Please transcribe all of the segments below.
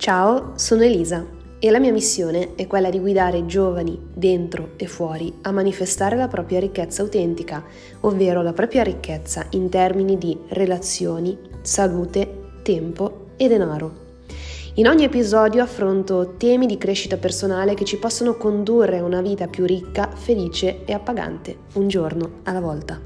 Ciao, sono Elisa e la mia missione è quella di guidare i giovani dentro e fuori a manifestare la propria ricchezza autentica, ovvero la propria ricchezza in termini di relazioni, salute, tempo e denaro. In ogni episodio affronto temi di crescita personale che ci possono condurre a una vita più ricca, felice e appagante, un giorno alla volta.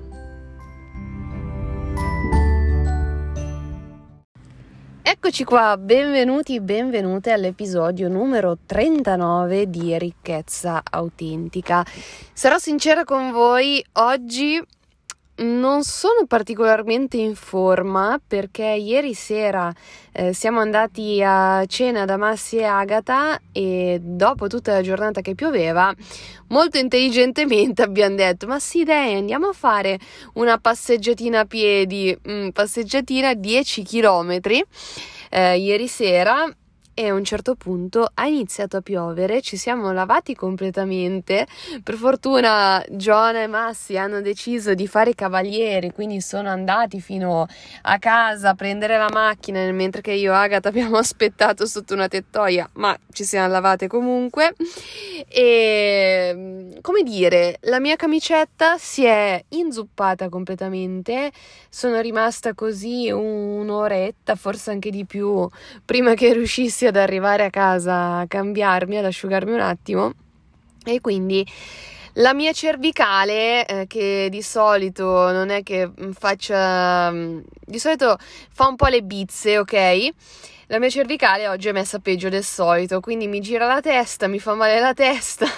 Eccoci qua, benvenute all'episodio numero 39 di Ricchezza Autentica. Sarò sincera con voi, oggi non sono particolarmente in forma perché ieri sera siamo andati a cena da Massi e Agata e dopo tutta la giornata che pioveva, molto intelligentemente abbiamo detto: ma sì dai, andiamo a fare una passeggiatina a piedi, passeggiatina 10 chilometri ieri sera. E a un certo punto ha iniziato a piovere, ci siamo lavati completamente. Per fortuna Giona e Massi hanno deciso di fare i cavalieri, quindi sono andati fino a casa a prendere la macchina, mentre che io e Agata abbiamo aspettato sotto una tettoia, ma ci siamo lavate comunque. E come dire, la mia camicetta si è inzuppata completamente, sono rimasta così un'oretta, forse anche di più, prima che riuscissi ad arrivare a casa a cambiarmi, ad asciugarmi un attimo. E quindi la mia cervicale, che di solito non è che faccia, di solito fa un po' le bizze, ok? La mia cervicale oggi è messa peggio del solito, quindi mi gira la testa, mi fa male la testa.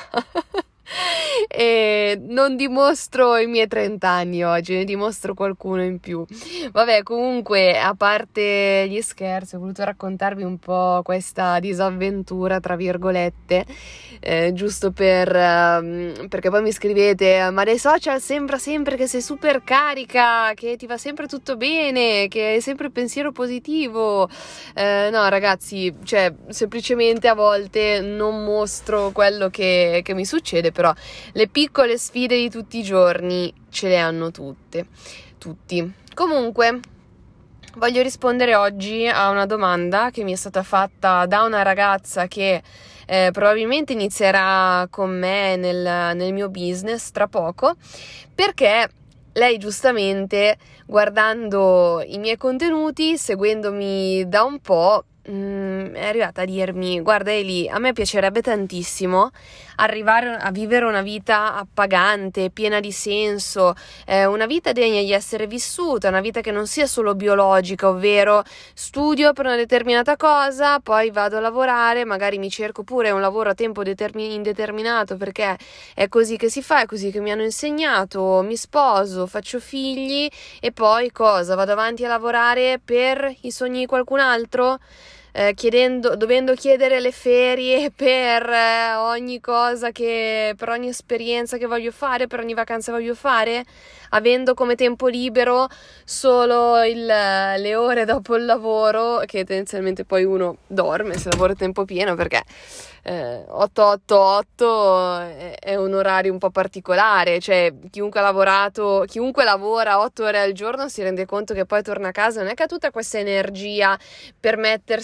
E non dimostro i miei 30 anni oggi, ne dimostro qualcuno in più. Vabbè, comunque, a parte gli scherzi, ho voluto raccontarvi un po' questa disavventura, tra virgolette, giusto perché poi mi scrivete: ma dai social sembra sempre che sei super carica, che ti va sempre tutto bene, che hai sempre pensiero positivo. No ragazzi, cioè semplicemente a volte non mostro quello che mi succede, però le piccole sfide di tutti i giorni ce le hanno tutti. Comunque, voglio rispondere oggi a una domanda che mi è stata fatta da una ragazza che probabilmente inizierà con me nel mio business tra poco, perché lei giustamente, guardando i miei contenuti, seguendomi da un po', è arrivata a dirmi: guarda Eli, a me piacerebbe tantissimo arrivare a vivere una vita appagante, piena di senso, una vita degna di essere vissuta, una vita che non sia solo biologica, ovvero studio per una determinata cosa, poi vado a lavorare, magari mi cerco pure un lavoro a tempo indeterminato perché è così che si fa, è così che mi hanno insegnato, mi sposo, faccio figli e poi cosa? Vado avanti a lavorare per i sogni di qualcun altro? Dovendo chiedere le ferie per ogni cosa, per ogni esperienza che voglio fare, per ogni vacanza voglio fare, avendo come tempo libero solo le ore dopo il lavoro, che tendenzialmente poi uno dorme se lavora a tempo pieno, perché 8-8-8 è un orario un po' particolare, cioè chiunque lavora 8 ore al giorno si rende conto che poi torna a casa, non è che ha tutta questa energia per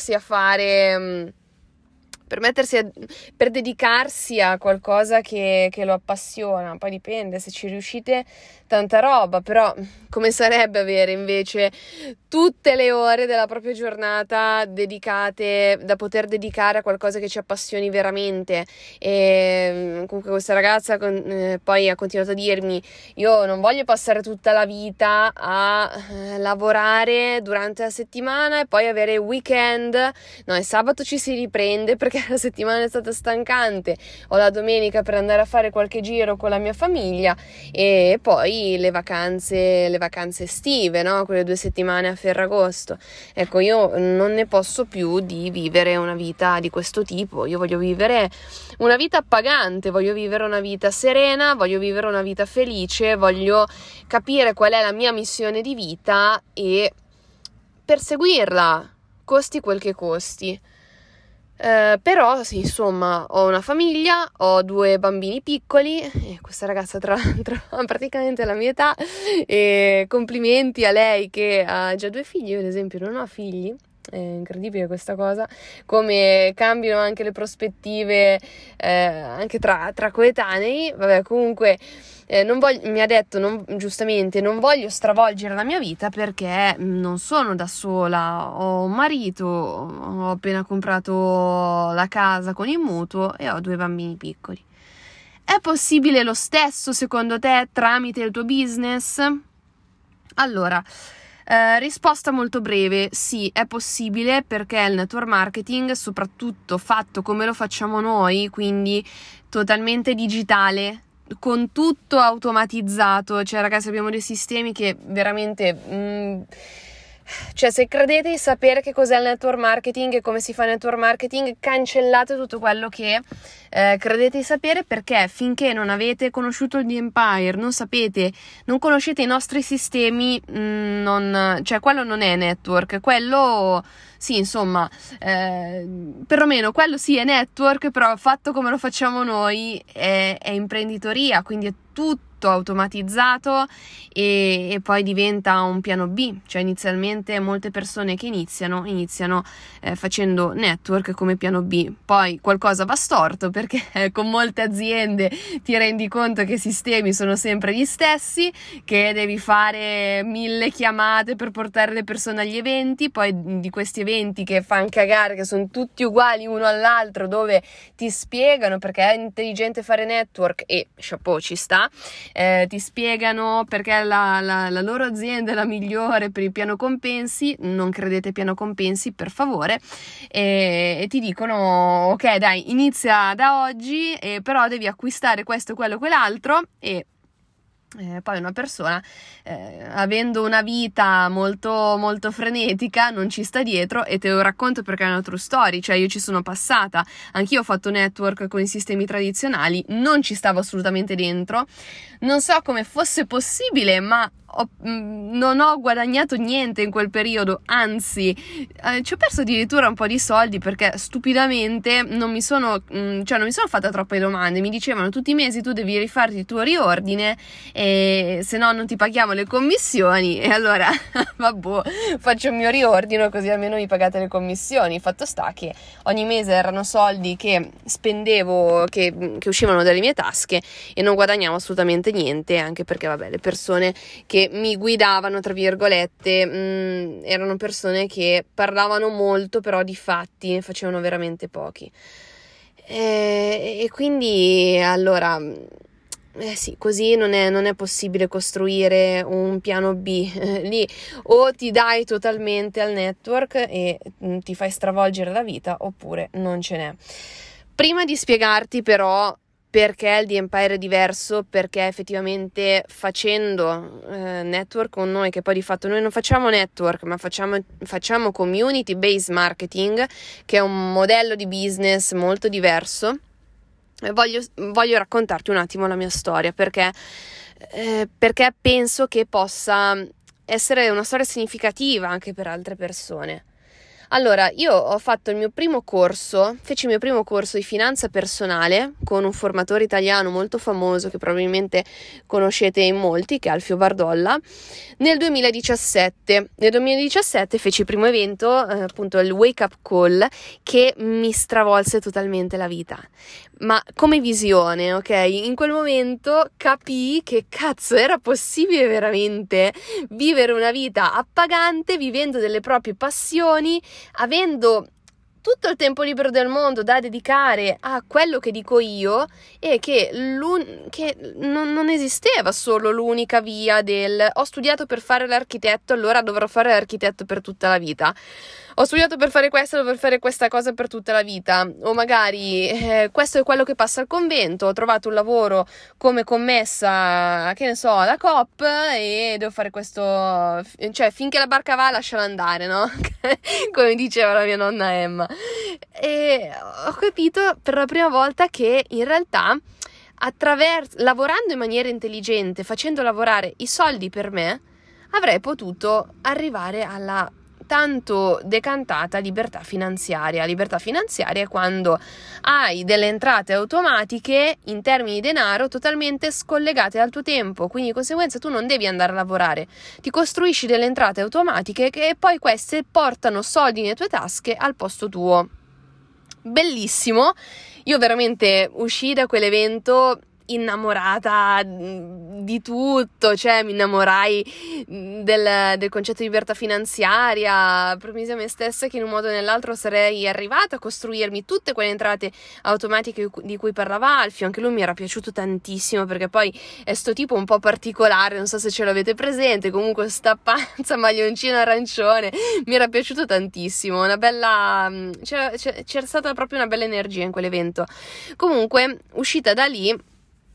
per dedicarsi a qualcosa che lo appassiona. Poi dipende, se ci riuscite tanta roba, però come sarebbe avere invece tutte le ore della propria giornata dedicate, da poter dedicare a qualcosa che ci appassioni veramente. E comunque questa ragazza poi ha continuato a dirmi: io non voglio passare tutta la vita a lavorare durante la settimana e poi avere il weekend, no, il sabato ci si riprende perché la settimana è stata stancante, ho la domenica per andare a fare qualche giro con la mia famiglia e poi le vacanze estive, no? Quelle 2 settimane a Ferragosto. Ecco, io non ne posso più di vivere una vita di questo tipo. Io voglio vivere una vita appagante, voglio vivere una vita serena, voglio vivere una vita felice, voglio capire qual è la mia missione di vita e perseguirla, costi quel che costi. Però sì, insomma, ho una famiglia, ho 2 bambini piccoli e questa ragazza tra l'altro ha praticamente la mia età, e complimenti a lei che ha già 2 figli. Io ad esempio non ho figli, È incredibile questa cosa, come cambiano anche le prospettive anche tra coetanei. Vabbè, comunque mi ha detto giustamente, non voglio stravolgere la mia vita perché non sono da sola, ho un marito, ho appena comprato la casa con il mutuo e ho 2 bambini piccoli. È possibile lo stesso secondo te tramite il tuo business? Allora, risposta molto breve: sì, è possibile, perché il network marketing, soprattutto fatto come lo facciamo noi, quindi totalmente digitale, con tutto automatizzato, cioè ragazzi abbiamo dei sistemi che veramente cioè, se credete di sapere che cos'è il network marketing e come si fa il network marketing, cancellate tutto quello che credete di sapere, perché finché non avete conosciuto il The Empire, non conoscete i nostri sistemi, cioè quello non è network, quello sì, insomma, perlomeno quello sì è network, però fatto come lo facciamo noi è imprenditoria, quindi è tutto automatizzato e poi diventa un piano B. Cioè inizialmente molte persone che iniziano facendo network come piano B, poi qualcosa va storto perché con molte aziende ti rendi conto che i sistemi sono sempre gli stessi, che devi fare 1000 chiamate per portare le persone agli eventi, poi di questi eventi che fanno cagare, che sono tutti uguali uno all'altro, dove ti spiegano perché è intelligente fare network e chapeau, ci sta. Ti spiegano perché la loro azienda è la migliore per il piano compensi. Non credete ai piano compensi, per favore, e ti dicono ok dai, inizia da oggi, però devi acquistare questo, quello, quell'altro, e poi una persona avendo una vita molto molto frenetica non ci sta dietro. E te lo racconto perché è una true story, cioè io ci sono passata, anch'io ho fatto network con i sistemi tradizionali, non ci stavo assolutamente dentro, non so come fosse possibile, ma non ho guadagnato niente in quel periodo, anzi ci ho perso addirittura un po' di soldi, perché stupidamente non mi sono fatta troppe domande. Mi dicevano tutti i mesi tu devi rifarti il tuo riordine e se no non ti paghiamo le commissioni, e allora vabbè, faccio il mio riordino così almeno mi pagate le commissioni. Fatto sta che ogni mese erano soldi che spendevo, che uscivano dalle mie tasche, e non guadagnavo assolutamente niente, anche perché vabbè, le persone che mi guidavano, tra virgolette, erano persone che parlavano molto, però di fatti ne facevano veramente pochi. E quindi allora sì, così non è possibile costruire un piano B. Lì o ti dai totalmente al network e ti fai stravolgere la vita, oppure non ce n'è. Prima di spiegarti però perché il The Empire è diverso, perché effettivamente facendo network con noi, che poi di fatto noi non facciamo network ma facciamo community based marketing, che è un modello di business molto diverso, voglio raccontarti un attimo la mia storia, perché penso che possa essere una storia significativa anche per altre persone. Allora, io feci il mio primo corso di finanza personale con un formatore italiano molto famoso che probabilmente conoscete in molti, che è Alfio Bardolla, nel 2017. Nel 2017 feci il primo evento, appunto il Wake Up Call, che mi stravolse totalmente la vita. Ma come visione, ok? In quel momento capii che cazzo era possibile veramente vivere una vita appagante, vivendo delle proprie passioni, avendo tutto il tempo libero del mondo da dedicare a quello che dico io, e che non esisteva solo l'unica via del ho studiato per fare l'architetto, allora dovrò fare l'architetto per tutta la vita. Ho studiato per fare questo, dovrò fare questa cosa per tutta la vita. O magari questo è quello che passa al convento, ho trovato un lavoro come commessa, che ne so, alla Coop, e devo fare questo, cioè finché la barca va lasciala andare, no? Come diceva la mia nonna Emma. E ho capito per la prima volta che in realtà lavorando in maniera intelligente, facendo lavorare i soldi per me, avrei potuto arrivare alla tanto decantata libertà finanziaria. Libertà finanziaria è quando hai delle entrate automatiche in termini di denaro totalmente scollegate dal tuo tempo, quindi di conseguenza tu non devi andare a lavorare, ti costruisci delle entrate automatiche che poi queste portano soldi nelle tue tasche al posto tuo. Bellissimo, io veramente uscii da quell'evento innamorata di tutto, cioè mi innamorai del concetto di libertà finanziaria, promisi a me stessa che in un modo o nell'altro sarei arrivata a costruirmi tutte quelle entrate automatiche di cui parlava Alfio. Anche lui mi era piaciuto tantissimo, perché poi è sto tipo un po' particolare, non so se ce l'avete presente, comunque sta panza maglioncino arancione, mi era piaciuto tantissimo, una bella c'era stata proprio una bella energia in quell'evento. Comunque, uscita da lì,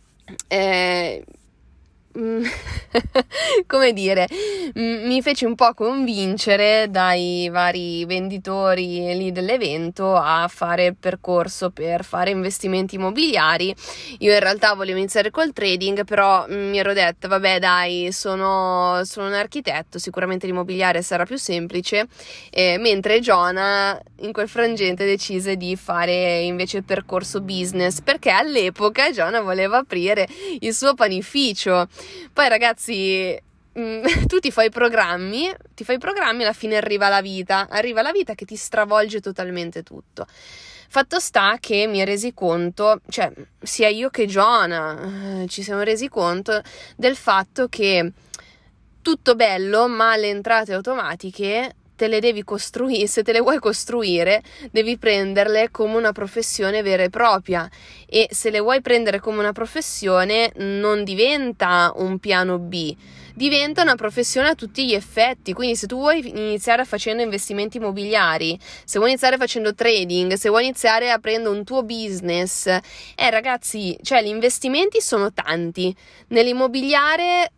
come dire, mi feci un po' convincere dai vari venditori lì dell'evento a fare il percorso per fare investimenti immobiliari. Io in realtà volevo iniziare col trading, però mi ero detta vabbè dai, sono un architetto, sicuramente l'immobiliare sarà più semplice, mentre Giona in quel frangente decise di fare invece il percorso business, perché all'epoca Giona voleva aprire il suo panificio. Poi ragazzi, tu ti fai programmi, alla fine arriva la vita che ti stravolge totalmente tutto. Fatto sta che mi resi conto, cioè sia io che Giona ci siamo resi conto del fatto che tutto bello, ma le entrate automatiche te le devi costruire, se te le vuoi costruire devi prenderle come una professione vera e propria, e se le vuoi prendere come una professione non diventa un piano B, diventa una professione a tutti gli effetti. Quindi se tu vuoi iniziare facendo investimenti immobiliari, se vuoi iniziare facendo trading, se vuoi iniziare aprendo un tuo business, ragazzi, cioè gli investimenti sono tanti, nell'immobiliare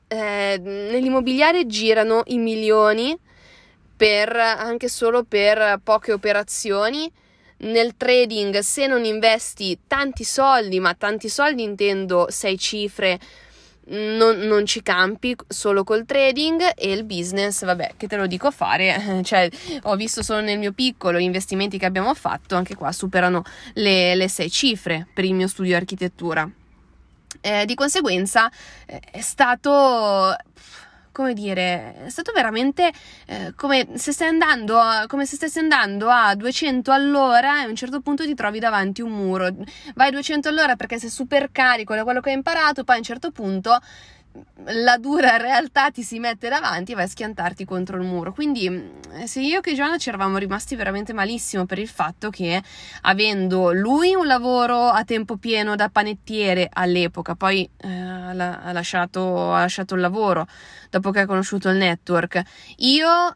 girano i milioni anche solo per poche operazioni. Nel trading, se non investi tanti soldi, ma tanti soldi intendo 6 cifre, non ci campi solo col trading. E il business, vabbè, che te lo dico fare, cioè ho visto solo nel mio piccolo gli investimenti che abbiamo fatto, anche qua superano le 6 cifre per il mio studio di architettura. Di conseguenza è stato, come dire, è stato veramente come se stessi andando a 200 all'ora e a un certo punto ti trovi davanti un muro. Vai a 200 all'ora perché sei super carico da quello che hai imparato, poi a un certo punto la dura realtà ti si mette davanti e vai a schiantarti contro il muro. Quindi se io che Giovanna ci eravamo rimasti veramente malissimo per il fatto che, avendo lui un lavoro a tempo pieno da panettiere all'epoca, poi ha lasciato il lavoro dopo che ha conosciuto il network, io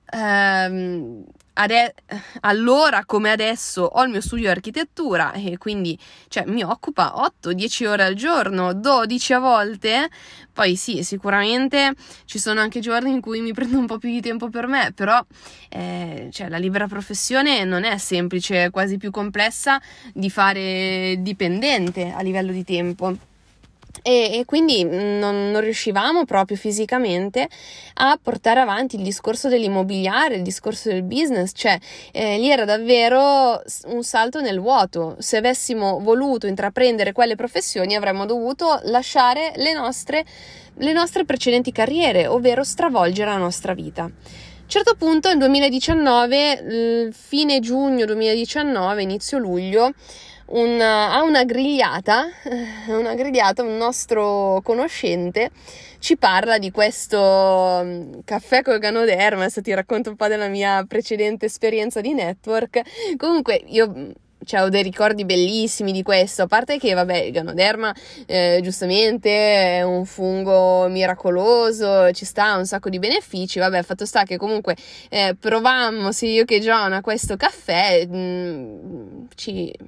allora come adesso ho il mio studio di architettura e quindi mi occupa 8-10 ore al giorno, 12 a volte. Poi sì, sicuramente ci sono anche giorni in cui mi prendo un po' più di tempo per me, però la libera professione non è semplice, è quasi più complessa di fare dipendente a livello di tempo. E quindi non riuscivamo proprio fisicamente a portare avanti il discorso dell'immobiliare, il discorso del business, lì era davvero un salto nel vuoto. Se avessimo voluto intraprendere quelle professioni avremmo dovuto lasciare le nostre precedenti carriere, ovvero stravolgere la nostra vita. A un certo punto, nel 2019, fine giugno 2019, inizio luglio, a una grigliata, un nostro conoscente ci parla di questo caffè col Ganoderma. Adesso ti racconto un po' della mia precedente esperienza di network. Comunque io ho dei ricordi bellissimi di questo, a parte che vabbè, il Ganoderma giustamente è un fungo miracoloso, ci sta un sacco di benefici. Vabbè, fatto sta che comunque provammo sia io che Giona questo caffè,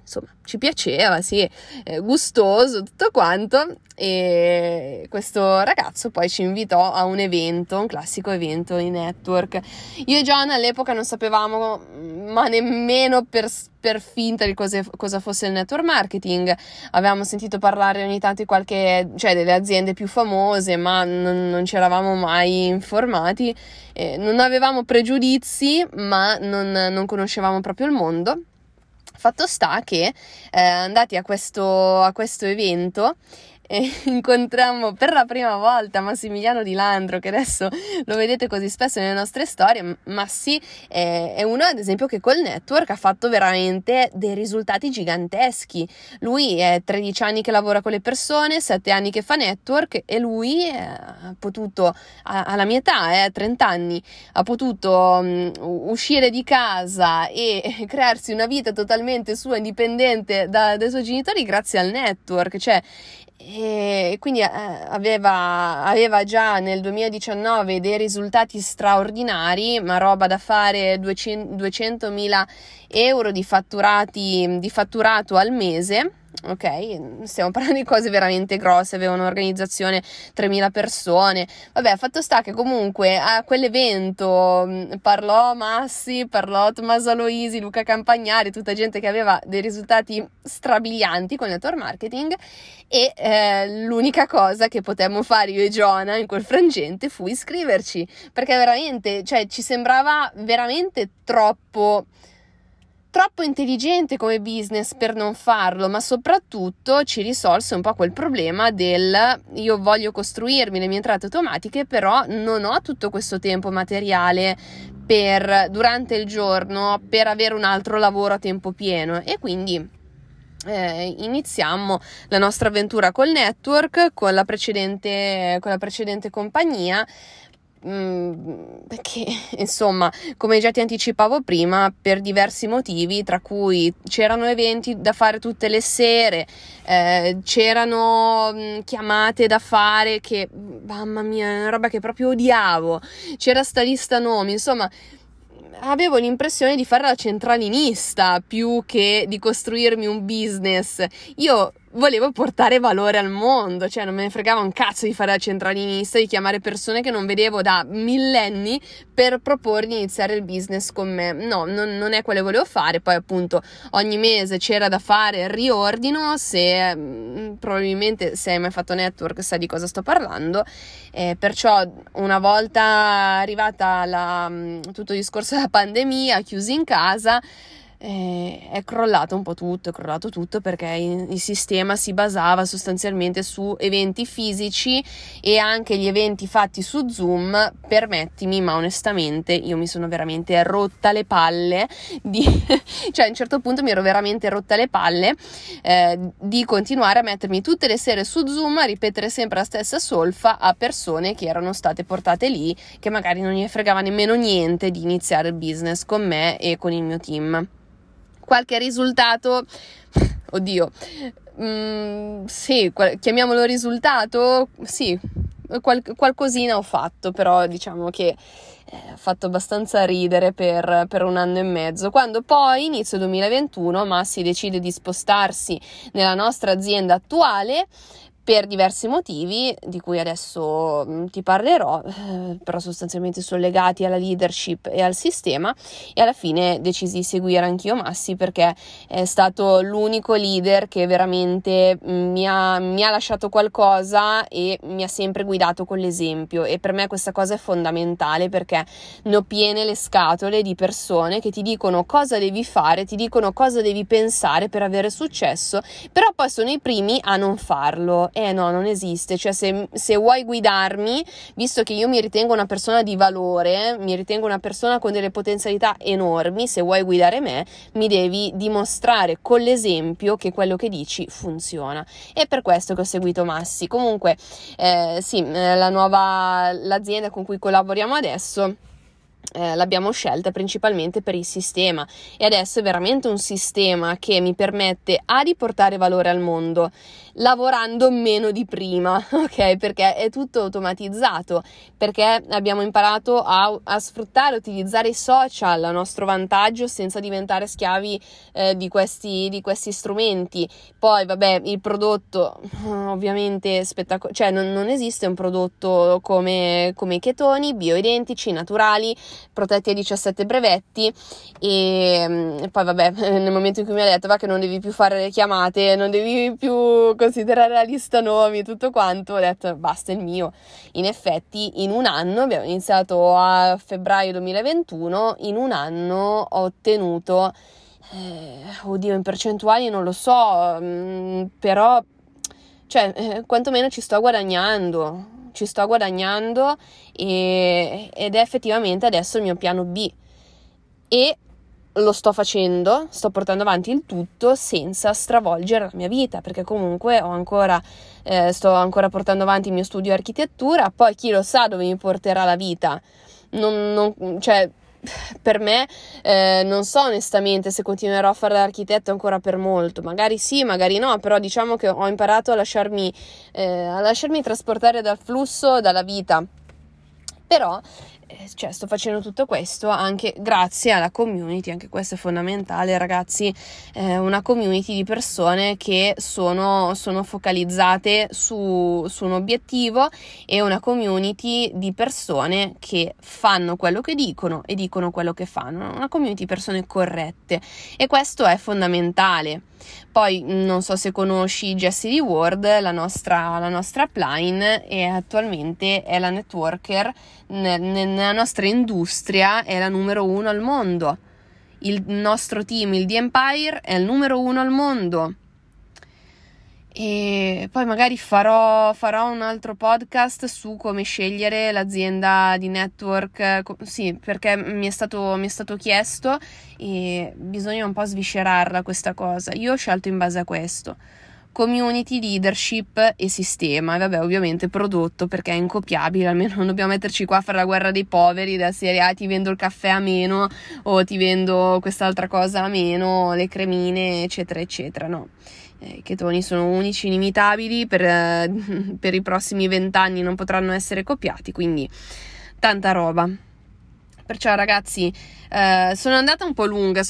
insomma ci piaceva, sì, gustoso, tutto quanto. E questo ragazzo poi ci invitò a un evento, un classico evento di network. Io e John all'epoca non sapevamo, ma nemmeno per finta di cosa fosse il network marketing. Avevamo sentito parlare ogni tanto cioè delle aziende più famose, ma non ci eravamo mai informati. Non avevamo pregiudizi, ma non conoscevamo proprio il mondo. Fatto sta che andati a questo evento incontrammo per la prima volta Massimiliano Di Landro, che adesso lo vedete così spesso nelle nostre storie. Massi è uno, ad esempio, che col network ha fatto veramente dei risultati giganteschi. Lui è 13 anni che lavora con le persone, 7 anni che fa network, e lui ha potuto, alla mia età, 30 anni, ha potuto uscire di casa e crearsi una vita totalmente sua, indipendente dai suoi genitori, grazie al network. Cioè, e quindi aveva già nel 2019 dei risultati straordinari, ma roba da fare 200.000 euro di fatturato al mese. Ok, stiamo parlando di cose veramente grosse. Aveva un'organizzazione 3.000 persone. Vabbè, fatto sta che comunque a quell'evento parlò Massi, parlò Tommaso Aloisi, Luca Campagnari, tutta gente che aveva dei risultati strabilianti con il network marketing. E l'unica cosa che potemmo fare io e Giona in quel frangente fu iscriverci, perché veramente, cioè, ci sembrava veramente troppo intelligente come business per non farlo, ma soprattutto ci risolse un po' quel problema del: io voglio costruirmi le mie entrate automatiche, però non ho tutto questo tempo materiale durante il giorno per avere un altro lavoro a tempo pieno. E quindi iniziammo la nostra avventura col network, con la precedente compagnia. Perché insomma, come già ti anticipavo prima, per diversi motivi, tra cui c'erano eventi da fare tutte le sere, c'erano chiamate da fare che, mamma mia, è una roba che proprio odiavo, c'era sta lista nomi, insomma avevo l'impressione di fare la centralinista più che di costruirmi un business. Io volevo portare valore al mondo, cioè non me ne fregava un cazzo di fare la centralinista, di chiamare persone che non vedevo da millenni per proporgli di iniziare il business con me. No, non è quello che volevo fare. Poi appunto ogni mese c'era da fare il riordino. Probabilmente se hai mai fatto network sai di cosa sto parlando. Perciò una volta arrivata tutto il discorso della pandemia, chiusi in casa, è crollato un po' tutto, perché il sistema si basava sostanzialmente su eventi fisici, e anche gli eventi fatti su Zoom, permettimi, ma onestamente io mi sono veramente rotta le palle cioè a un certo punto mi ero veramente rotta le palle di continuare a mettermi tutte le sere su Zoom a ripetere sempre la stessa solfa a persone che erano state portate lì, che magari non gli fregava nemmeno niente di iniziare il business con me e con il mio team. Qualche risultato, oddio, sì, chiamiamolo risultato, sì, qualcosina ho fatto, però diciamo che ha fatto abbastanza ridere per 1 anno e mezzo, quando poi, inizio 2021, Massi decide di spostarsi nella nostra azienda attuale, per diversi motivi di cui adesso ti parlerò, però sostanzialmente sono legati alla leadership e al sistema, e alla fine decisi di seguire anch'io Massi, perché è stato l'unico leader che veramente mi ha lasciato qualcosa e mi ha sempre guidato con l'esempio, e per me questa cosa è fondamentale, perché ne ho piene le scatole di persone che ti dicono cosa devi fare, ti dicono cosa devi pensare per avere successo, però poi sono i primi a non farlo. No, non esiste. Cioè, se vuoi guidarmi, visto che io mi ritengo una persona di valore, mi ritengo una persona con delle potenzialità enormi, se vuoi guidare me, mi devi dimostrare con l'esempio che quello che dici funziona. E per questo che ho seguito Massi. Comunque, sì, l'azienda con cui collaboriamo adesso l'abbiamo scelta principalmente per il sistema, e adesso è veramente un sistema che mi permette di portare valore al mondo lavorando meno di prima, ok? Perché è tutto automatizzato, perché abbiamo imparato a sfruttare, utilizzare i social a nostro vantaggio senza diventare schiavi di questi strumenti. Poi vabbè, il prodotto ovviamente cioè non esiste un prodotto come i chetoni, bioidentici, naturali, protetti a 17 brevetti, e poi vabbè, nel momento in cui mi ha detto va che non devi più fare le chiamate, non devi più considerare la lista nomi, tutto quanto, ho detto basta, il mio. In effetti in un anno, abbiamo iniziato a febbraio 2021, in un anno ho ottenuto oddio, in percentuali non lo so, però cioè quantomeno ci sto guadagnando ed è effettivamente adesso il mio piano B, e lo sto facendo, sto portando avanti il tutto senza stravolgere la mia vita, perché comunque sto ancora portando avanti il mio studio di architettura, poi chi lo sa dove mi porterà la vita, cioè per me non so onestamente se continuerò a fare l'architetto ancora per molto, magari sì, magari no, però diciamo che ho imparato a lasciarmi trasportare dal flusso, dalla vita. Però cioè, sto facendo tutto questo anche grazie alla community, anche questo è fondamentale, ragazzi, una community di persone che sono focalizzate su un obiettivo, e una community di persone che fanno quello che dicono e dicono quello che fanno, una community di persone corrette, e questo è fondamentale. Poi non so se conosci Jessie D Ward, la nostra upline, e attualmente è la networker nella nostra industria, è la numero 1 al mondo. Il nostro team, il The Empire, è il numero 1 al mondo. E poi magari farò un altro podcast su come scegliere l'azienda di network, sì, perché mi è stato chiesto e bisogna un po' sviscerarla questa cosa. Io ho scelto in base a questo: community, leadership e sistema, e vabbè, ovviamente prodotto, perché è incopiabile, almeno non dobbiamo metterci qua a fare la guerra dei poveri, da serie ti vendo il caffè a meno, o ti vendo quest'altra cosa a meno, le cremine eccetera eccetera, no. I chetoni sono unici, inimitabili, per i prossimi 20 anni non potranno essere copiati, quindi tanta roba. Perciò ragazzi, sono andata un po' lunga,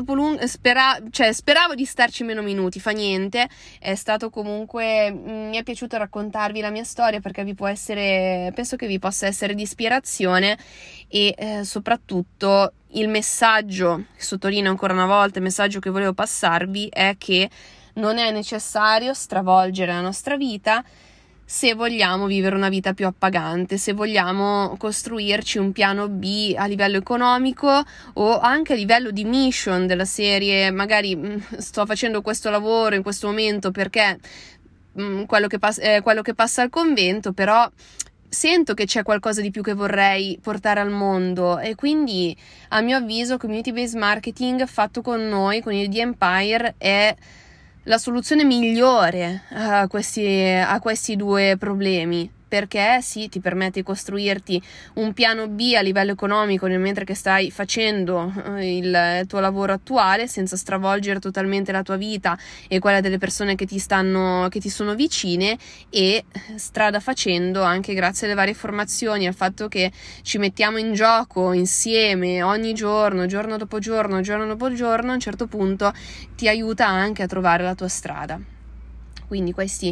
speravo di starci meno minuti, fa niente, è stato comunque, mi è piaciuto raccontarvi la mia storia, perché penso che vi possa essere di ispirazione, e soprattutto il messaggio, sottolineo ancora una volta, il messaggio che volevo passarvi è che non è necessario stravolgere la nostra vita se vogliamo vivere una vita più appagante, se vogliamo costruirci un piano B a livello economico, o anche a livello di mission della serie. Magari sto facendo questo lavoro in questo momento perché quello che passa al convento, però sento che c'è qualcosa di più che vorrei portare al mondo, e quindi a mio avviso community based marketing fatto con noi, con il The Empire, è la soluzione migliore a questi due problemi, perché sì, ti permette di costruirti un piano B a livello economico nel mentre che stai facendo il tuo lavoro attuale, senza stravolgere totalmente la tua vita e quella delle persone che ti sono vicine, e strada facendo, anche grazie alle varie formazioni, al fatto che ci mettiamo in gioco insieme ogni giorno dopo giorno, a un certo punto ti aiuta anche a trovare la tua strada. Quindi questo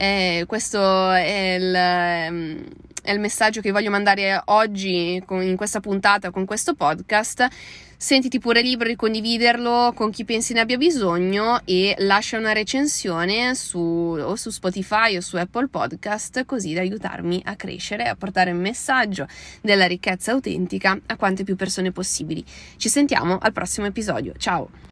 è il messaggio che voglio mandare oggi in questa puntata, con questo podcast. Sentiti pure libero di condividerlo con chi pensi ne abbia bisogno, e lascia una recensione o su Spotify o su Apple Podcast, così da aiutarmi a crescere e a portare il messaggio della ricchezza autentica a quante più persone possibili. Ci sentiamo al prossimo episodio. Ciao!